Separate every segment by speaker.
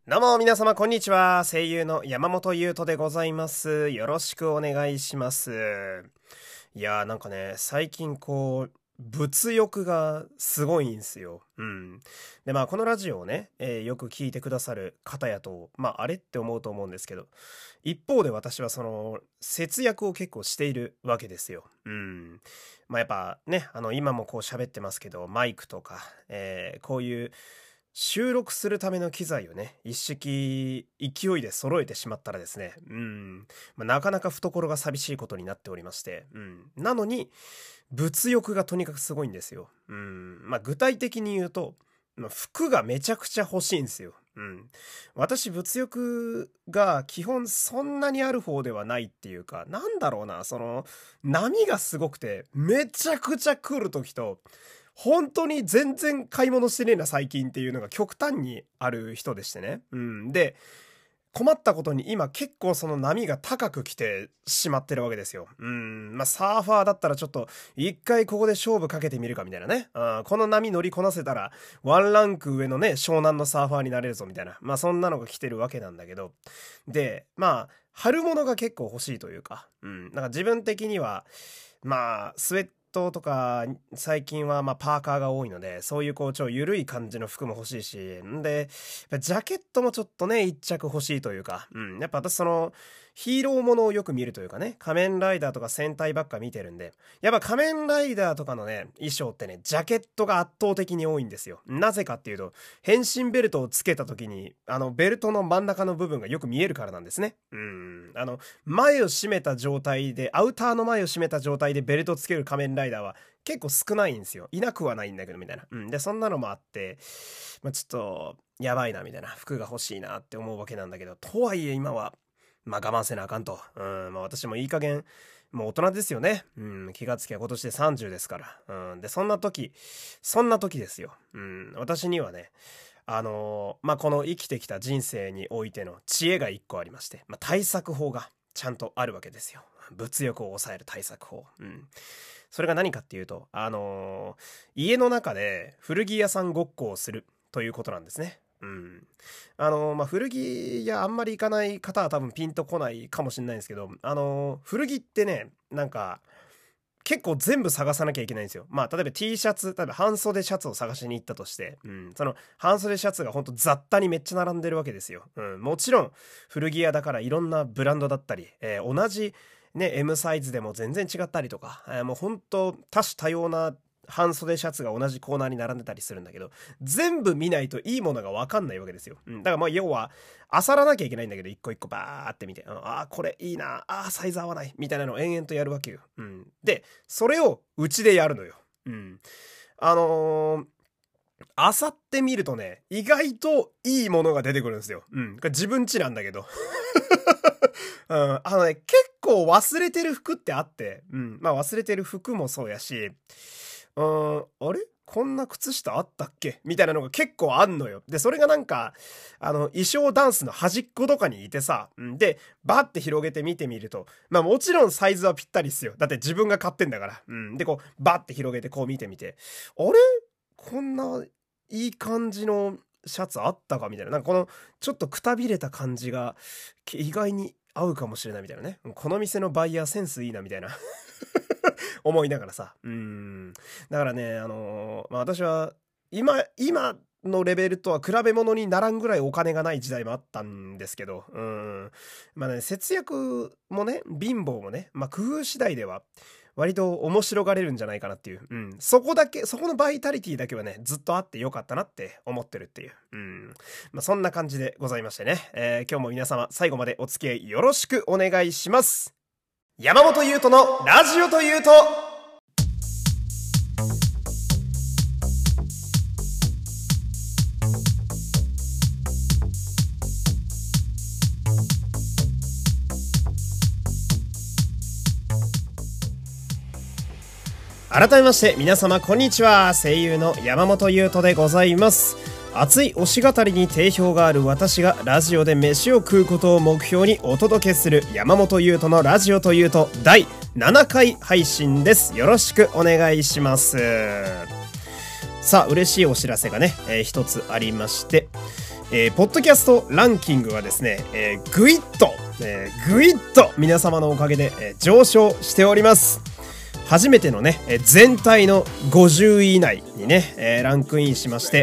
Speaker 1: どうも皆様こんにちは。声優の山本優斗でございます。よろしくお願いします。いやーなんかね、最近物欲がすごいんですよ。で、このラジオをね、よく聞いてくださる方やと、あれって思うと思うんですけど、一方で私は節約を結構しているわけですよ。やっぱね、今も喋ってますけど、マイクとか、こういう、収録するための機材をね、一式勢いで揃えてしまったらですね、なかなか懐が寂しいことになっておりまして、なのに、物欲がとにかくすごいんですよ。具体的に言うと、服がめちゃくちゃ欲しいんですよ。私、物欲が基本そんなにある方ではないっていうか、なんだろうな、波がすごくて、めちゃくちゃ来るときと、本当に全然買い物してねえな最近っていうのが極端にある人でしてね。で、困ったことに今結構その波が高く来てしまってるわけですよ。サーファーだったらちょっと一回ここで勝負かけてみるかみたいなね。この波乗りこなせたらワンランク上のね、湘南のサーファーになれるぞみたいな。そんなのが来てるわけなんだけど。で、春物が結構欲しいというか。なんか自分的には、スウェットとか最近はパーカーが多いので、そういう超緩い感じの服も欲しいし、でジャケットもちょっとね一着欲しいというか、やっぱ私ヒーローものをよく見るというかね、仮面ライダーとか戦隊ばっか見てるんで、やっぱ仮面ライダーとかのね衣装ってね、ジャケットが圧倒的に多いんですよ。なぜかっていうと、変身ベルトをつけた時にベルトの真ん中の部分がよく見えるからなんですね。前を締めた状態で、アウターの前を締めた状態でベルトつける仮面ライダーは結構少ないんですよ。いなくはないんだけどみたいな。でそんなのもあって、ちょっとやばいなみたいな、服が欲しいなって思うわけなんだけど、とはいえ今は我慢せなあかんと。私もいい加減もう大人ですよね。気がつきゃ今年で30ですから。でそんな時ですよ。私にはね、この生きてきた人生においての知恵が一個ありまして、対策法がちゃんとあるわけですよ。物欲を抑える対策法。それが何かっていうと、家の中で古着屋さんごっこをするということなんですね。古着屋あんまり行かない方は多分ピンとこないかもしれないんですけど、古着ってね、なんか結構全部探さなきゃいけないんですよ。例えば T シャツ、例えば半袖シャツを探しに行ったとして、その半袖シャツがほんと雑多にめっちゃ並んでるわけですよ。もちろん古着屋だからいろんなブランドだったり、同じね M サイズでも全然違ったりとか、もうほんと多種多様な半袖シャツが同じコーナーに並んでたりするんだけど、全部見ないといいものが分かんないわけですよ。だから要は漁らなきゃいけないんだけど、一個一個バーって見て、これいいな、サイズ合わないみたいなのを延々とやるわけよ。でそれをうちでやるのよ。漁ってみるとね、意外といいものが出てくるんですよ。これ自分家なんだけど結構忘れてる服ってあって、忘れてる服もそうやし、あれこんな靴下あったっけみたいなのが結構あんのよ。で、それがなんか、衣装ダンスの端っことかにいてさ、で、バッて広げて見てみると、もちろんサイズはぴったりっすよ。だって自分が買ってんだから。で、バッて広げて見てみて、あれこんないい感じのシャツあったかみたいな。なんかこの、ちょっとくたびれた感じが、意外に合うかもしれないみたいなね。この店のバイヤーセンスいいなみたいな。思いながらさ。だからね、私は、今のレベルとは比べ物にならんぐらいお金がない時代もあったんですけど、節約もね、貧乏もね、工夫次第では、割と面白がれるんじゃないかなっていう。そこのバイタリティだけはね、ずっとあってよかったなって思ってるっていう。そんな感じでございましてね。今日も皆様最後までお付き合いよろしくお願いします。山本優斗のラジオというと、改めまして皆様こんにちは。声優の山本優斗でございます。熱い推し語りに定評がある私がラジオで飯を食うことを目標にお届けする山本優斗のラジオというと第7回配信です。よろしくお願いします。さあ嬉しいお知らせがね、一つありまして、 ポッドキャストランキングはですね、ぐいっと皆様のおかげで、上昇しております。初めてのね、全体の50位以内にね、ランクインしまして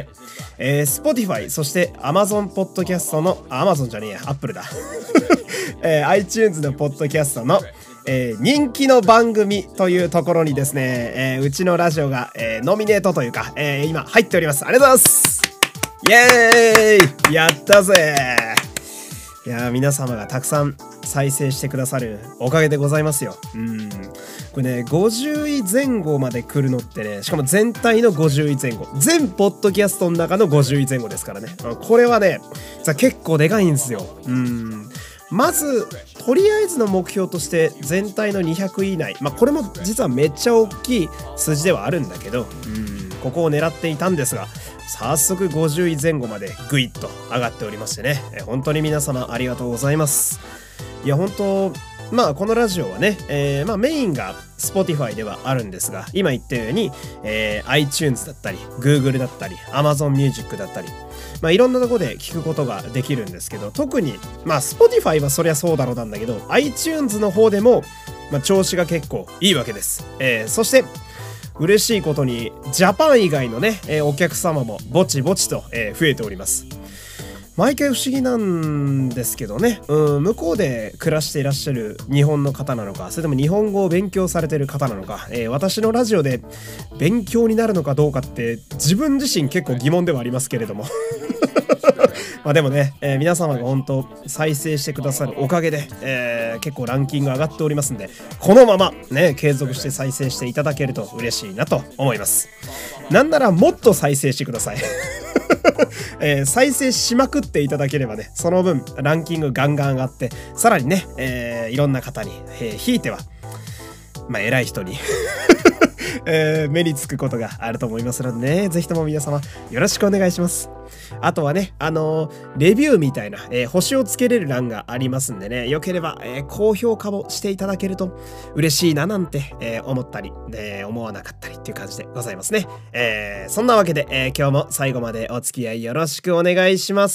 Speaker 1: 、Spotify そして Amazon ポッドキャストの Amazon じゃねえや Apple だ、iTunes のポッドキャストの、人気の番組というところにですね、うちのラジオが、ノミネートというか、今入っております。ありがとうございます。イエーイ、やったぜ。いやー、皆様がたくさん再生してくださるおかげでございますよ。これね、50位前後まで来るのってね、しかも全体の50位前後、全ポッドキャストの中の50位前後ですからね。これはね、結構でかいんですよ。まずとりあえずの目標として全体の200位以内、これも実はめっちゃ大きい数字ではあるんだけど、ここを狙っていたんですが、早速50位前後までぐいっと上がっておりましてね、本当に皆様ありがとうございます。いや本当、このラジオはね、メインが Spotify ではあるんですが、今言ったように、iTunes だったり Google だったり Amazon Music だったり、いろんなとこで聞くことができるんですけど、特にSpotify はそりゃそうだろうなんだけど、 iTunes の方でも、調子が結構いいわけです。そして嬉しいことにジャパン以外のね、お客様もぼちぼちと、増えております。毎回不思議なんですけどね、向こうで暮らしていらっしゃる日本の方なのか、それとも日本語を勉強されている方なのか、私のラジオで勉強になるのかどうかって自分自身結構疑問ではありますけれどもでもね、皆様が本当再生してくださるおかげで、結構ランキング上がっておりますんで、このままね継続して再生していただけると嬉しいなと思います。なんならもっと再生してください再生しまくっていただければね、その分ランキングガンガン上がって、さらにね、いろんな方に、ひいては偉い人に目につくことがあると思いますのでね、ぜひとも皆様よろしくお願いします。あとはね、レビューみたいな、星をつけれる欄がありますんでね、よければ、高評価をしていただけると嬉しいななんて、思ったり、思わなかったりっていう感じでございますね。そんなわけで、今日も最後までお付き合いよろしくお願いします。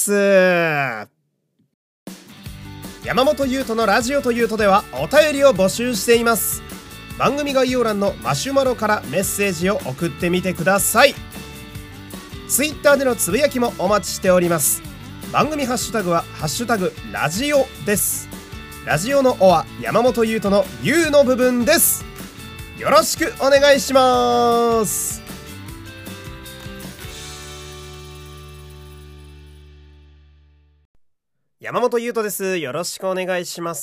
Speaker 1: 山本優斗のラジオというとではお便りを募集しています。番組概要欄のマシュマロからメッセージを送ってみてください。ツイッターでのつぶやきもお待ちしております。番組ハッシュタグはハッシュタグラジオです。ラジオのおは山本優斗の優の部分です。よろしくお願いします。山本優斗です。よろしくお願いします。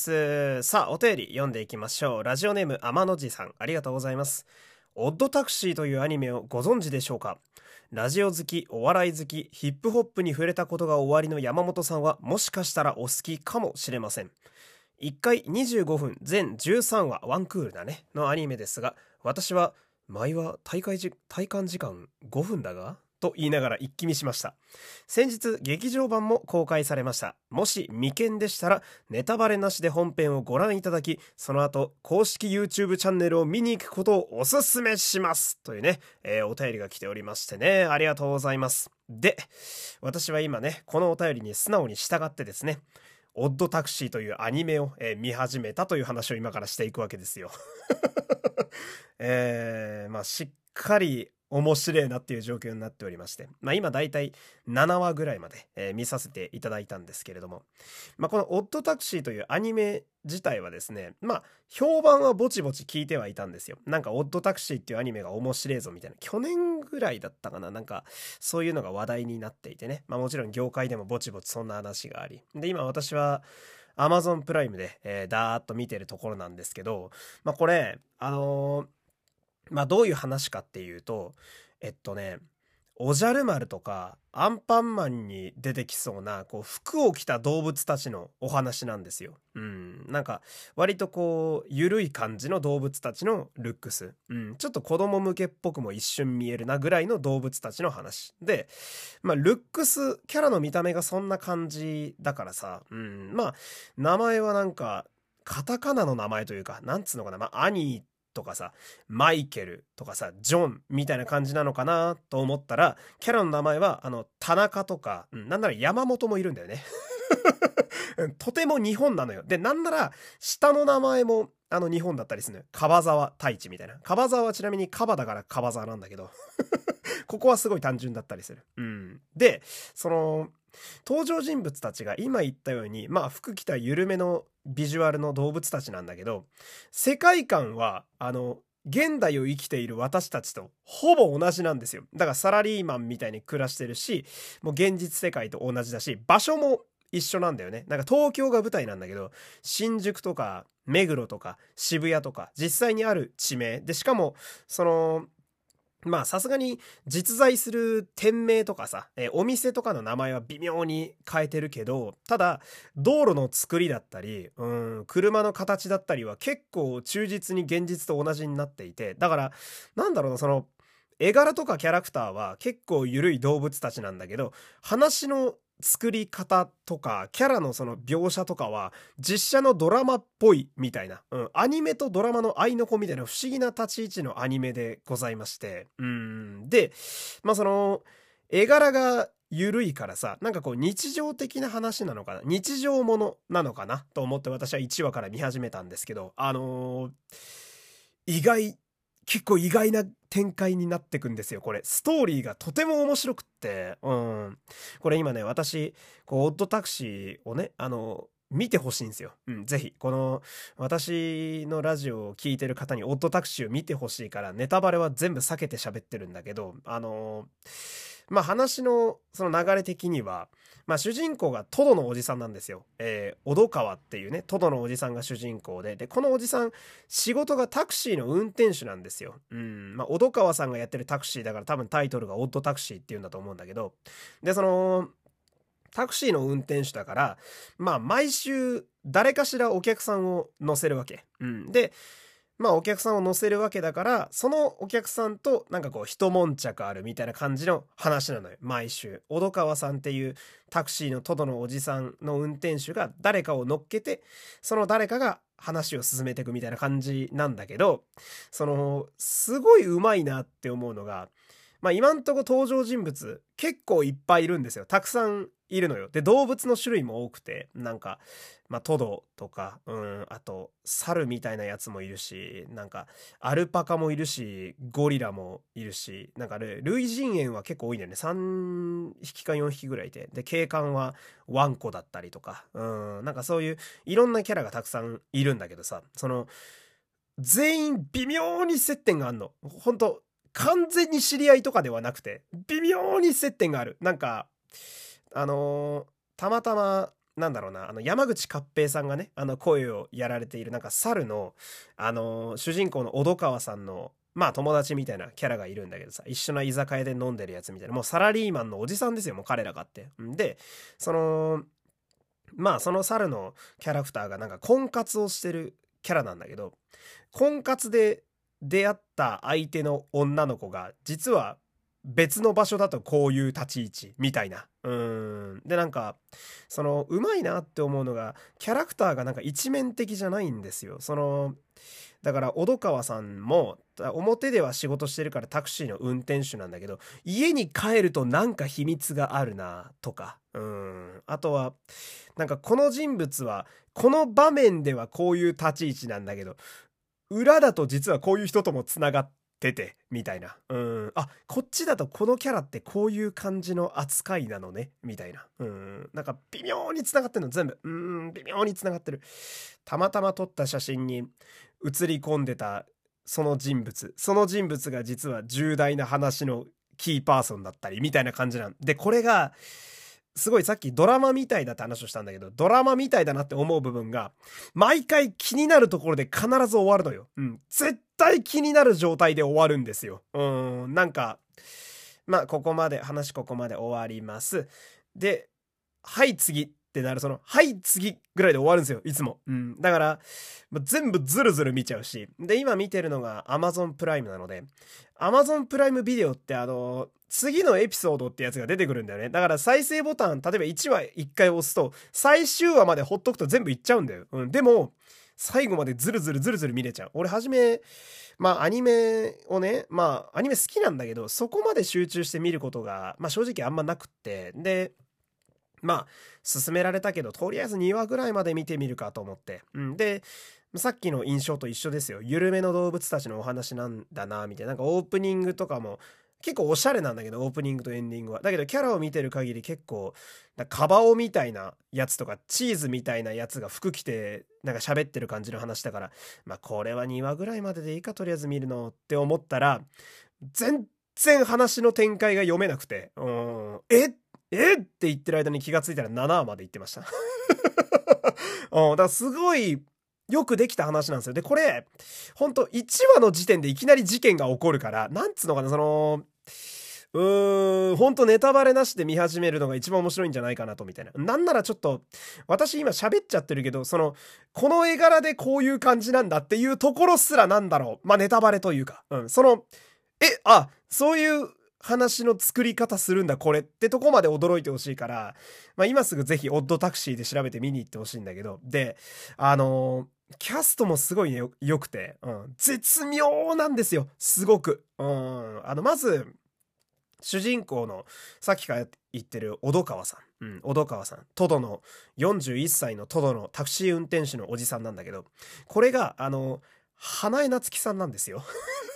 Speaker 1: さあ、お便り読んでいきましょう。ラジオネーム天の寺さん、ありがとうございます。オッドタクシーというアニメをご存知でしょうか。ラジオ好き、お笑い好き、ヒップホップに触れたことが終わりの山本さんはもしかしたらお好きかもしれません。1回25分全13話ワンクールだねのアニメですが、私は前は体感時間5分だがと言いながら一気見しました。先日劇場版も公開されました。もし未見でしたらネタバレなしで本編をご覧いただき、その後公式 YouTube チャンネルを見に行くことをおすすめしますというね、お便りが来ておりましてね、ありがとうございます。で、私は今ねこのお便りに素直に従ってですね、オッドタクシーというアニメを、見始めたという話を今からしていくわけですよしっかり面白いなっていう状況になっておりまして、今だいたい7話ぐらいまで、見させていただいたんですけれども、このオッドタクシーというアニメ自体はですね、評判はぼちぼち聞いてはいたんですよ。なんかオッドタクシーっていうアニメが面白いぞみたいな、去年ぐらいだったかな、なんかそういうのが話題になっていてね、もちろん業界でもぼちぼちそんな話があり、で今私はAmazon プライムで、ダーッと見てるところなんですけど、これどういう話かっていうと、おじゃる丸とかアンパンマンに出てきそうなこう服を着た動物たちのお話なんですよ。なんか割とこう緩い感じの動物たちのルックス、ちょっと子供向けっぽくも一瞬見えるなぐらいの動物たちの話で、ルックスキャラの見た目がそんな感じだからさ、名前はなんかカタカナの名前というか、なんつうのかな、アニーとかさ、マイケルとかさ、ジョンみたいな感じなのかなと思ったら、キャラの名前は田中とか、なんなら山本もいるんだよね。とても日本なのよ。で、なんなら下の名前も日本だったりするのよ。樺沢太一みたいな。樺沢はちなみに樺だから樺沢なんだけどここはすごい単純だったりする。で、登場人物たちが今言ったように、まあ服着た緩めのビジュアルの動物たちなんだけど、世界観は現代を生きている私たちとほぼ同じなんですよ。だからサラリーマンみたいに暮らしてるし、もう現実世界と同じだし、場所も一緒なんだよね。なんか東京が舞台なんだけど、新宿とか目黒とか渋谷とか実際にある地名で、しかもまあさすがに実在する店名とかさ、お店とかの名前は微妙に変えてるけど、ただ道路の作りだったり、車の形だったりは結構忠実に現実と同じになっていて、だからなんだろうな、絵柄とかキャラクターは結構緩い動物たちなんだけど、話の作り方とかキャラのその描写とかは実写のドラマっぽいみたいな、アニメとドラマの合いの子みたいな不思議な立ち位置のアニメでございまして、で、まあ絵柄が緩いからさ、なんかこう日常的な話なのかな、日常ものなのかなと思って私は1話から見始めたんですけど、結構意外な展開になってくんですよ。これストーリーがとても面白くって、これ今ね、私オッドタクシーをね見てほしいんですよ。ぜひこの私のラジオを聞いてる方にオッドタクシーを見てほしいから、ネタバレは全部避けて喋ってるんだけど、まあ話のその流れ的には、まあ主人公がトドのおじさんなんですよ。小戸川っていうね、トドのおじさんが主人公で、このおじさん仕事がタクシーの運転手なんですよ。まあ小戸川さんがやってるタクシーだから多分タイトルがオッドタクシーっていうんだと思うんだけど、でタクシーの運転手だから、まあ毎週誰かしらお客さんを乗せるわけ。で、まあお客さんを乗せるわけだから、そのお客さんとなんかこう一悶着あるみたいな感じの話なのよ。毎週。小戸川さんっていうタクシーのトドのおじさんの運転手が誰かを乗っけて、その誰かが話を進めていくみたいな感じなんだけど、すごい上手いなって思うのが、まあ今んとこ登場人物結構いっぱいいるんですよ。たくさんいるのよ。で、動物の種類も多くて、なんか、まあトドとか、あと猿みたいなやつもいるし、なんかアルパカもいるし、ゴリラもいるし、なんかね、類人猿は結構多いんだよね。3匹か4匹ぐらいいて、で、警官はワンコだったりとか、なんかそういういろんなキャラがたくさんいるんだけどさ、全員微妙に接点があんの。ほんと完全に知り合いとかではなくて、微妙に接点がある。なんか、たまたま、なんだろうな、山口勝平さんがね、声をやられている、なんか猿の、主人公の小戸川さんの、まあ友達みたいなキャラがいるんだけどさ、一緒な居酒屋で飲んでるやつみたいな、もうサラリーマンのおじさんですよ、もう彼らがって。で、まあその猿のキャラクターがなんか婚活をしてるキャラなんだけど、婚活で出会った相手の女の子が実は別の場所だとこういう立ち位置みたいな。でなんかうまいなって思うのが、キャラクターがなんか一面的じゃないんですよ。だから小戸川さんも表では仕事してるからタクシーの運転手なんだけど、家に帰るとなんか秘密があるなとか、あとはなんかこの人物はこの場面ではこういう立ち位置なんだけど、裏だと実はこういう人ともつながっててみたいな、あ、こっちだとこのキャラってこういう感じの扱いなのねみたいな、なんか微妙につながってるの全部、微妙につながってる。たまたま撮った写真に映り込んでたその人物が実は重大な話のキーパーソンだったりみたいな感じなんで、これがすごいさっきドラマみたいだって話をしたんだけど、ドラマみたいだなって思う部分が毎回気になるところで必ず終わるのよ。絶対気になる状態で終わるんですよ。なんかまあここまで終わります。で、はい次ってなる、はい次ぐらいで終わるんですよいつも。だから、全部ズルズル見ちゃうし、で今見てるのが Amazon プライムなので、Amazon プライムビデオって次のエピソードってやつが出てくるんだよね。だから再生ボタン例えば1話1回押すと最終話までほっとくと全部いっちゃうんだよ。でも最後までズルズルズルズル見れちゃう。俺はじめ、アニメをね、アニメ好きなんだけど、そこまで集中して見ることが、正直あんまなくって。で、勧められたけど、とりあえず2話ぐらいまで見てみるかと思って。で、さっきの印象と一緒ですよ。緩めの動物たちのお話なんだな、みたいな。なんかオープニングとかも、結構おしゃれなんだけど、オープニングとエンディングは。だけどキャラを見てる限り結構、カバオみたいなやつとか、チーズみたいなやつが服着て、なんか喋ってる感じの話だから、これは2話ぐらいまででいいか、とりあえず見るのって思ったら、全然話の展開が読めなくて、って言ってる間に気がついたら7話まで行ってました。だからすごい、よくできた話なんですよ。で、これ、ほんと1話の時点でいきなり事件が起こるから、なんつうのかな、ほんとネタバレなしで見始めるのが一番面白いんじゃないかなと、みたいな。なんならちょっと、私今喋っちゃってるけど、この絵柄でこういう感じなんだっていうところすらなんだろう。ネタバレというか、そういう話の作り方するんだこれってとこまで驚いてほしいから、今すぐぜひオッドタクシーで調べて見に行ってほしいんだけど、で、キャストもすごいね、良くて、絶妙なんですよ、すごく。まず、主人公の、さっきから言ってる小戸川さん。小戸川さん。トドの、41歳のトドのタクシー運転手のおじさんなんだけど、これが、花江夏樹さんなんですよ。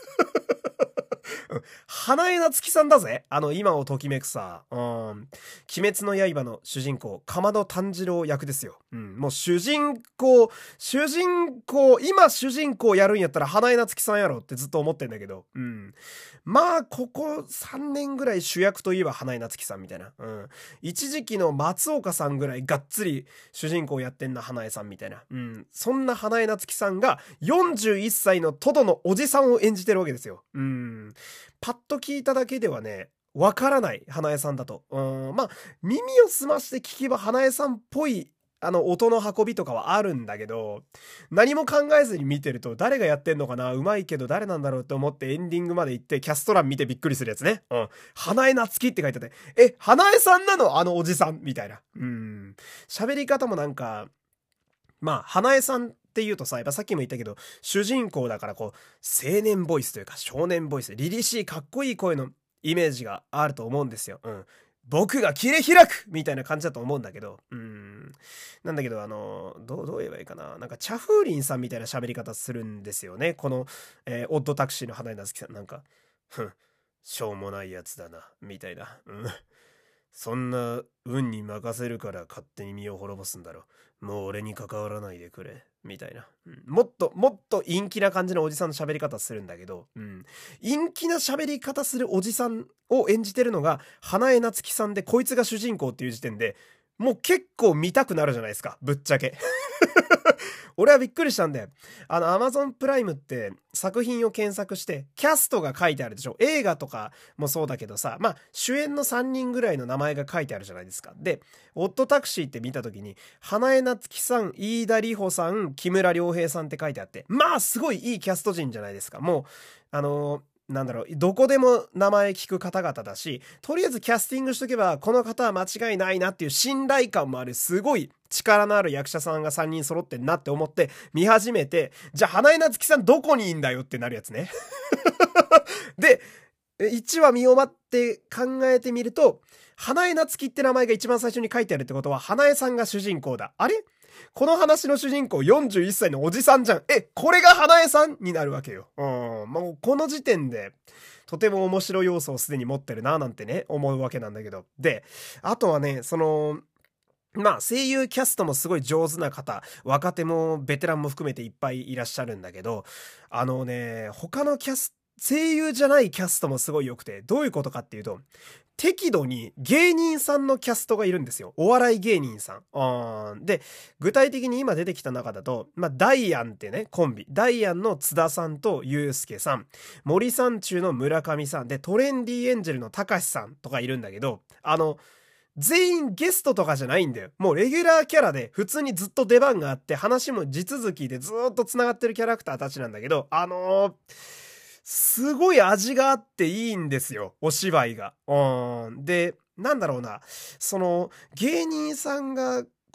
Speaker 1: 花江夏樹さんだぜ。今をときめくさ。鬼滅の刃の主人公、竈門炭治郎役ですよ。もう主人公、今主人公やるんやったら花江夏樹さんやろってずっと思ってんだけど。ここ3年ぐらい主役といえば花江夏樹さんみたいな。一時期の松岡さんぐらいがっつり主人公やってんな花江さんみたいな。そんな花江夏樹さんが41歳のトドのおじさんを演じてるわけですよ。パッと聞いただけではね、わからない花江さんだと。耳を澄まして聞けば花江さんっぽい音の運びとかはあるんだけど、何も考えずに見てると誰がやってんのかな、うまいけど誰なんだろうって思ってエンディングまで行ってキャスト欄見てびっくりするやつね。花江夏樹って書いてて、花江さんなのおじさんみたいな。喋り方もなんか、花江さんって言うとさ、やっぱさっきも言ったけど、主人公だから青年ボイスというか少年ボイス、凛々しいかっこいい声のイメージがあると思うんですよ。僕が切れ開くみたいな感じだと思うんだけど、なんだけど、どう言えばいいかな。なんか、チャフーリンさんみたいな喋り方するんですよね。この、オッドタクシーの花江夏樹さん。なんか、しょうもないやつだな、みたいな。そんな運に任せるから勝手に身を滅ぼすんだろ。もう俺に関わらないでくれ。みたいな。もっと陰気な感じのおじさんの喋り方するんだけど、陰気な喋り方するおじさんを演じてるのが花江夏樹さんで、こいつが主人公っていう時点で、もう結構見たくなるじゃないですか。ぶっちゃけ。俺はびっくりしたんで、Amazon プライムって作品を検索して、キャストが書いてあるでしょ。映画とかもそうだけどさ、主演の3人ぐらいの名前が書いてあるじゃないですか。で、オッドタクシーって見たときに、花江夏樹さん、飯田里穂さん、木村良平さんって書いてあって、すごいいいキャスト陣じゃないですか。もう、どこでも名前聞く方々だし、とりあえずキャスティングしとけば、この方は間違いないなっていう信頼感もある、すごい力のある役者さんが3人揃ってんなって思って見始めて、じゃあ花江夏樹さんどこにいんだよってなるやつね。で、1話見終わって考えてみると、花江夏樹って名前が一番最初に書いてあるってことは、花江さんが主人公だ。あれ？この話の主人公41歳のおじさんじゃん。これが花江さんになるわけよ。もうこの時点で、とても面白い要素をすでに持ってるななんてね、思うわけなんだけど。で、あとはね、声優キャストもすごい上手な方、若手もベテランも含めていっぱいいらっしゃるんだけど、他の声優じゃないキャストもすごい良くて、どういうことかっていうと、適度に芸人さんのキャストがいるんですよ。お笑い芸人さん。で、具体的に今出てきた中だと、ダイアンってね、コンビ。ダイアンの津田さんとユうスケさん。森三中の村上さん。で、トレンディエンジェルのたかしさんとかいるんだけど、全員ゲストとかじゃないんだよ。もうレギュラーキャラで普通にずっと出番があって、話も地続きでずっと繋がってるキャラクターたちなんだけど、すごい味があっていいんですよ、お芝居が。で、なんだろうな、芸人さんが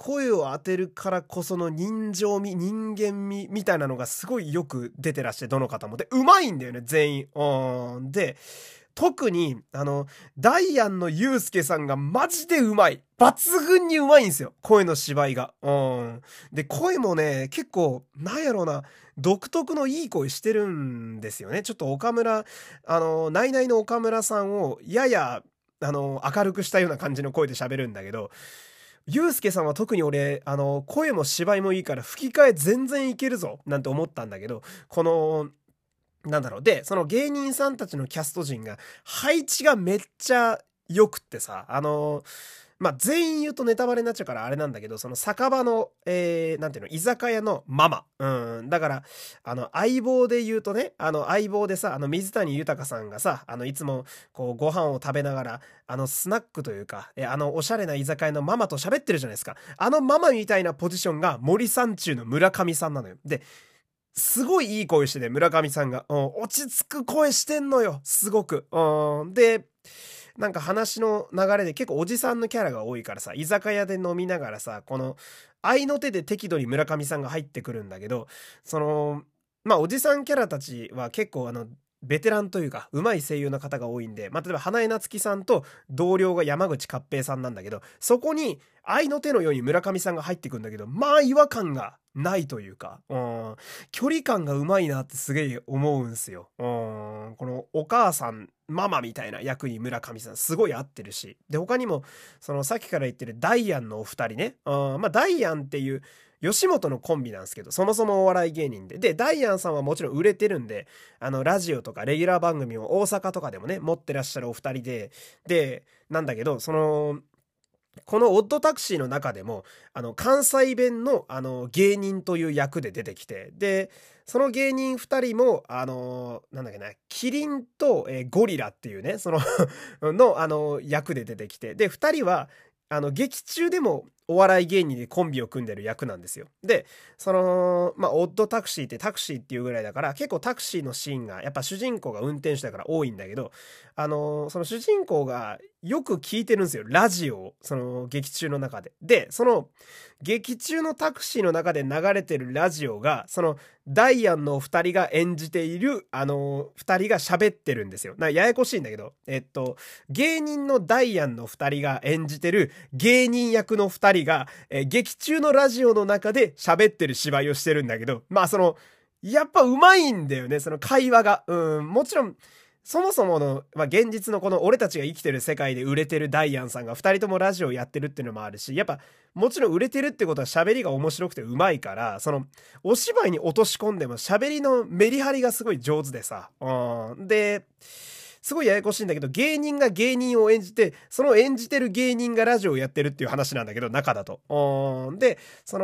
Speaker 1: 声を当てるからこその人間味みたいなのがすごいよく出てらして、どの方も。で、うまいんだよね、全員。で、特に、ダイアンのユウスケさんがマジでうまい。抜群にうまいんですよ。声の芝居が。で、声もね、結構、なんやろうな、独特のいい声してるんですよね。ちょっとナイナイの岡村さんを、やや、明るくしたような感じの声で喋るんだけど、ユウスケさんは特に俺、声も芝居もいいから吹き替え全然いけるぞ、なんて思ったんだけど、なんだろう。で、その芸人さんたちのキャスト陣が、配置がめっちゃ良くってさ、全員言うとネタバレになっちゃうからあれなんだけど、その酒場の、なんていうの、居酒屋のママ。だから、相棒で言うとね、相棒でさ、水谷豊さんがさ、いつも、こう、ご飯を食べながら、スナックというか、おしゃれな居酒屋のママと喋ってるじゃないですか。ママみたいなポジションが森三中の村上さんなのよ。で、すごいいい声してて、村上さんが。落ち着く声してんのよ。すごく。で、なんか話の流れで結構おじさんのキャラが多いからさ、居酒屋で飲みながらさ、この、合いの手で適度に村上さんが入ってくるんだけど、おじさんキャラたちは結構ベテランというか、上手い声優の方が多いんで、例えば花江夏樹さんと同僚が山口勝平さんなんだけど、そこに愛の手のように村上さんが入ってくんだけど、違和感がないというか、距離感が上手いなってすげえ思うんすよ。このお母さん、ママみたいな役に村上さんすごい合ってるし。で、他にも、さっきから言ってるダイアンのお二人ね。ダイアンっていう、吉本のコンビなんですけど、そもそもお笑い芸人で。で、ダイアンさんはもちろん売れてるんで、ラジオとかレギュラー番組を大阪とかでもね、持ってらっしゃるお二人で、なんだけど、このオッドタクシーの中でも、関西弁の、芸人という役で出てきて、で、その芸人二人も、なんだっけな、キリンと、ゴリラっていうね、役で出てきて、で、二人は、劇中でもお笑い芸人でコンビを組んでる役なんですよ。で、オッドタクシーってタクシーっていうぐらいだから、結構タクシーのシーンが、やっぱ主人公が運転手だから多いんだけど、その主人公がよく聞いてるんですよ。ラジオを、劇中の中で。で、劇中のタクシーの中で流れてるラジオが、ダイアンの二人が演じている、二人が喋ってるんですよ。ややこしいんだけど、芸人のダイアンの二人が演じてる芸人役の二人が、劇中のラジオの中で喋ってる芝居をしてるんだけど、やっぱ上手いんだよね、その会話が。もちろん、そもそもの、現実のこの俺たちが生きてる世界で売れてるダイアンさんが二人ともラジオやってるっていうのもあるし、やっぱ、もちろん売れてるってことは喋りが面白くて上手いから、お芝居に落とし込んでも喋りのメリハリがすごい上手でさ。で、すごいややこしいんだけど、芸人が芸人を演じて、その演じてる芸人がラジオをやってるっていう話なんだけど、中だと。で、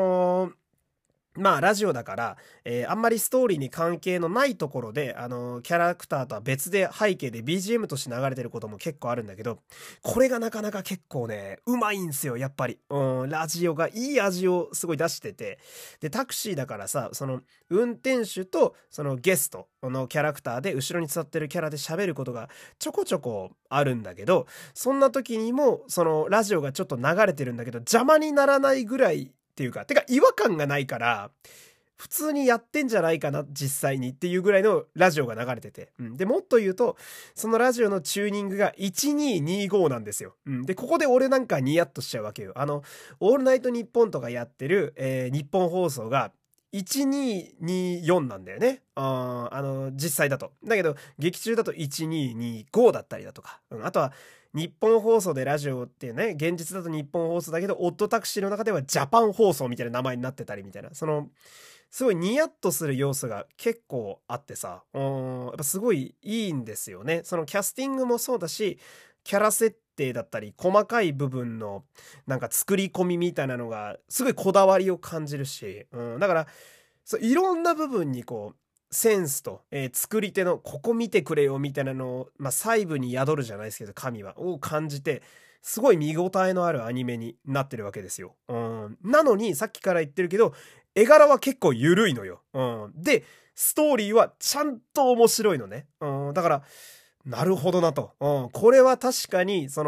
Speaker 1: ラジオだから、あんまりストーリーに関係のないところで、キャラクターとは別で背景で BGM として流れてることも結構あるんだけど、これがなかなか結構ね、うまいんすよ、やっぱり。ラジオがいい味をすごい出してて。で、タクシーだからさ、運転手と、ゲストのキャラクターで、後ろに座ってるキャラで喋ることがちょこちょこあるんだけど、そんな時にも、ラジオがちょっと流れてるんだけど、邪魔にならないぐらい、っていうか、違和感がないから、普通にやってんじゃないかな、実際にっていうぐらいのラジオが流れてて。で、もっと言うと、そのラジオのチューニングが1225なんですよ。で、ここで俺なんかニヤッとしちゃうわけよ。オールナイトニッポンとかやってる、日本放送が、1224なんだよね。実際だと。だけど、劇中だと1225だったりだとか。あとは、日本放送でラジオっていうね、現実だと日本放送だけど、オッドタクシーの中ではジャパン放送みたいな名前になってたりみたいな、すごいニヤッとする要素が結構あってさ、やっぱすごいいいんですよね。キャスティングもそうだし、キャラ設定だったり、細かい部分のなんか作り込みみたいなのが、すごいこだわりを感じるし、だから、いろんな部分にこう、センスと、作り手のここ見てくれよみたいなのを、細部に宿るじゃないですけど、神は、を感じて、すごい見応えのあるアニメになってるわけですよ。なのに、さっきから言ってるけど、絵柄は結構緩いのよ。で、ストーリーはちゃんと面白いのね。だから、なるほどなと。これは確かに、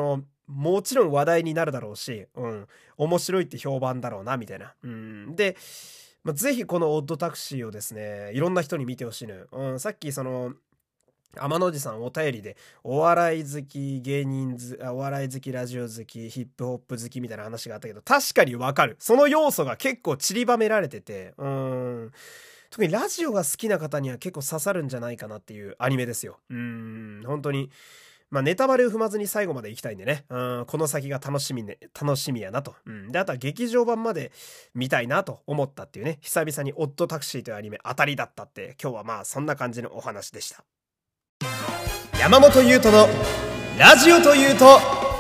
Speaker 1: もちろん話題になるだろうし、面白いって評判だろうな、みたいな。で、ぜひこのオッドタクシーをですね、いろんな人に見てほしいのよ。さっき天野寺さんお便りで、お笑い好き、お笑い好き、ラジオ好き、ヒップホップ好きみたいな話があったけど、確かにわかる。その要素が結構散りばめられてて、特にラジオが好きな方には結構刺さるんじゃないかなっていうアニメですよ。本当に。ネタバレを踏まずに最後まで行きたいんでね。この先が楽しみやなと。で、あとは劇場版まで見たいなと思ったっていうね。久々にオッドタクシーというアニメ当たりだったって、今日はそんな感じのお話でした。山本優斗のラジオというと。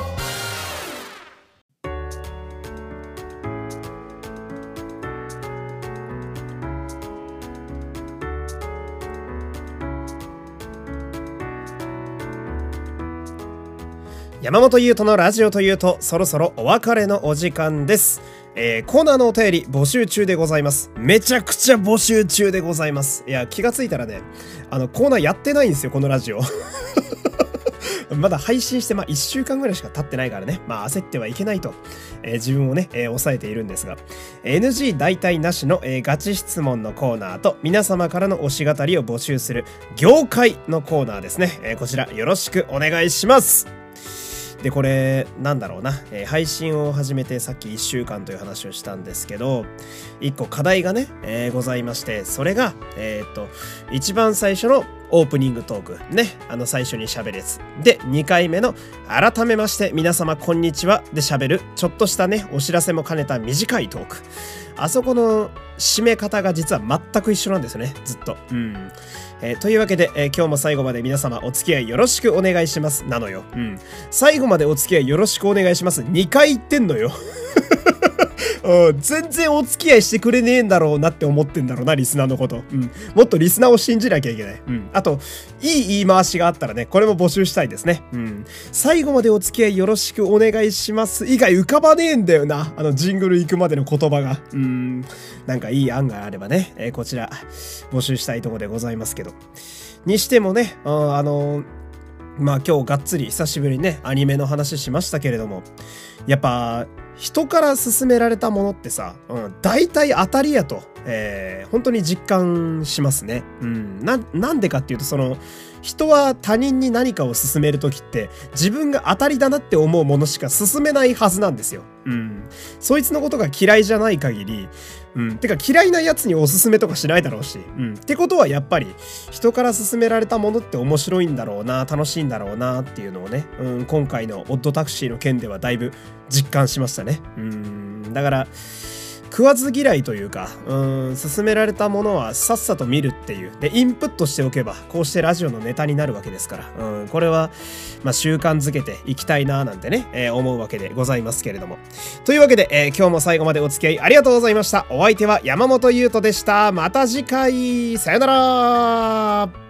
Speaker 1: 山本優斗のラジオというと、そろそろお別れのお時間です。コーナーのお便り募集中でございます。めちゃくちゃ募集中でございます。いや、気がついたらね、コーナーやってないんですよ、このラジオ。まだ配信して1週間ぐらいしか経ってないからね、焦ってはいけないと、自分をね、抑えているんですが、NG 代替なしの、ガチ質問のコーナーと皆様からの推し語りを募集する業界のコーナーですね。こちらよろしくお願いします。で、これ、なんだろうな、配信を始めてさっき1週間という話をしたんですけど、1個課題がね、ございまして、それが、一番最初のオープニングトーク、ね、最初に喋るやつ。で、2回目の、改めまして、皆様こんにちはで喋る、ちょっとしたね、お知らせも兼ねた短いトーク。あそこの締め方が実は全く一緒なんですよね、ずっと。というわけで、今日も最後まで皆様お付き合いよろしくお願いします。なのよ。最後までお付き合いよろしくお願いします。2回言ってんのよ。全然お付き合いしてくれねえんだろうなって思ってんだろうな、リスナーのこと。もっとリスナーを信じなきゃいけない。あと、いい言い回しがあったらね、これも募集したいですね。最後までお付き合いよろしくお願いします。以外浮かばねえんだよな。ジングル行くまでの言葉が。なんかいい案があればね、こちら、募集したいところでございますけど。にしてもね、今日がっつり久しぶりにね、アニメの話しましたけれども、やっぱ、人から勧められたものってさ、大体当たりやと、本当に実感しますね。なんでかっていうと、人は他人に何かを勧めるときって、自分が当たりだなって思うものしか勧めないはずなんですよ。そいつのことが嫌いじゃない限り、てか嫌いなやつにおすすめとかしないだろうし、ってことはやっぱり人から勧められたものって面白いんだろうな、楽しいんだろうなっていうのをね、今回のオッドタクシーの件ではだいぶ実感しましたね。だから食わず嫌いというか、勧められたものはさっさと見るっていう。で、インプットしておけば、こうしてラジオのネタになるわけですから、これは、習慣づけていきたいなーなんてね、思うわけでございますけれども。というわけで、今日も最後までお付き合いありがとうございました。お相手は山本優斗でした。また次回、さよなら。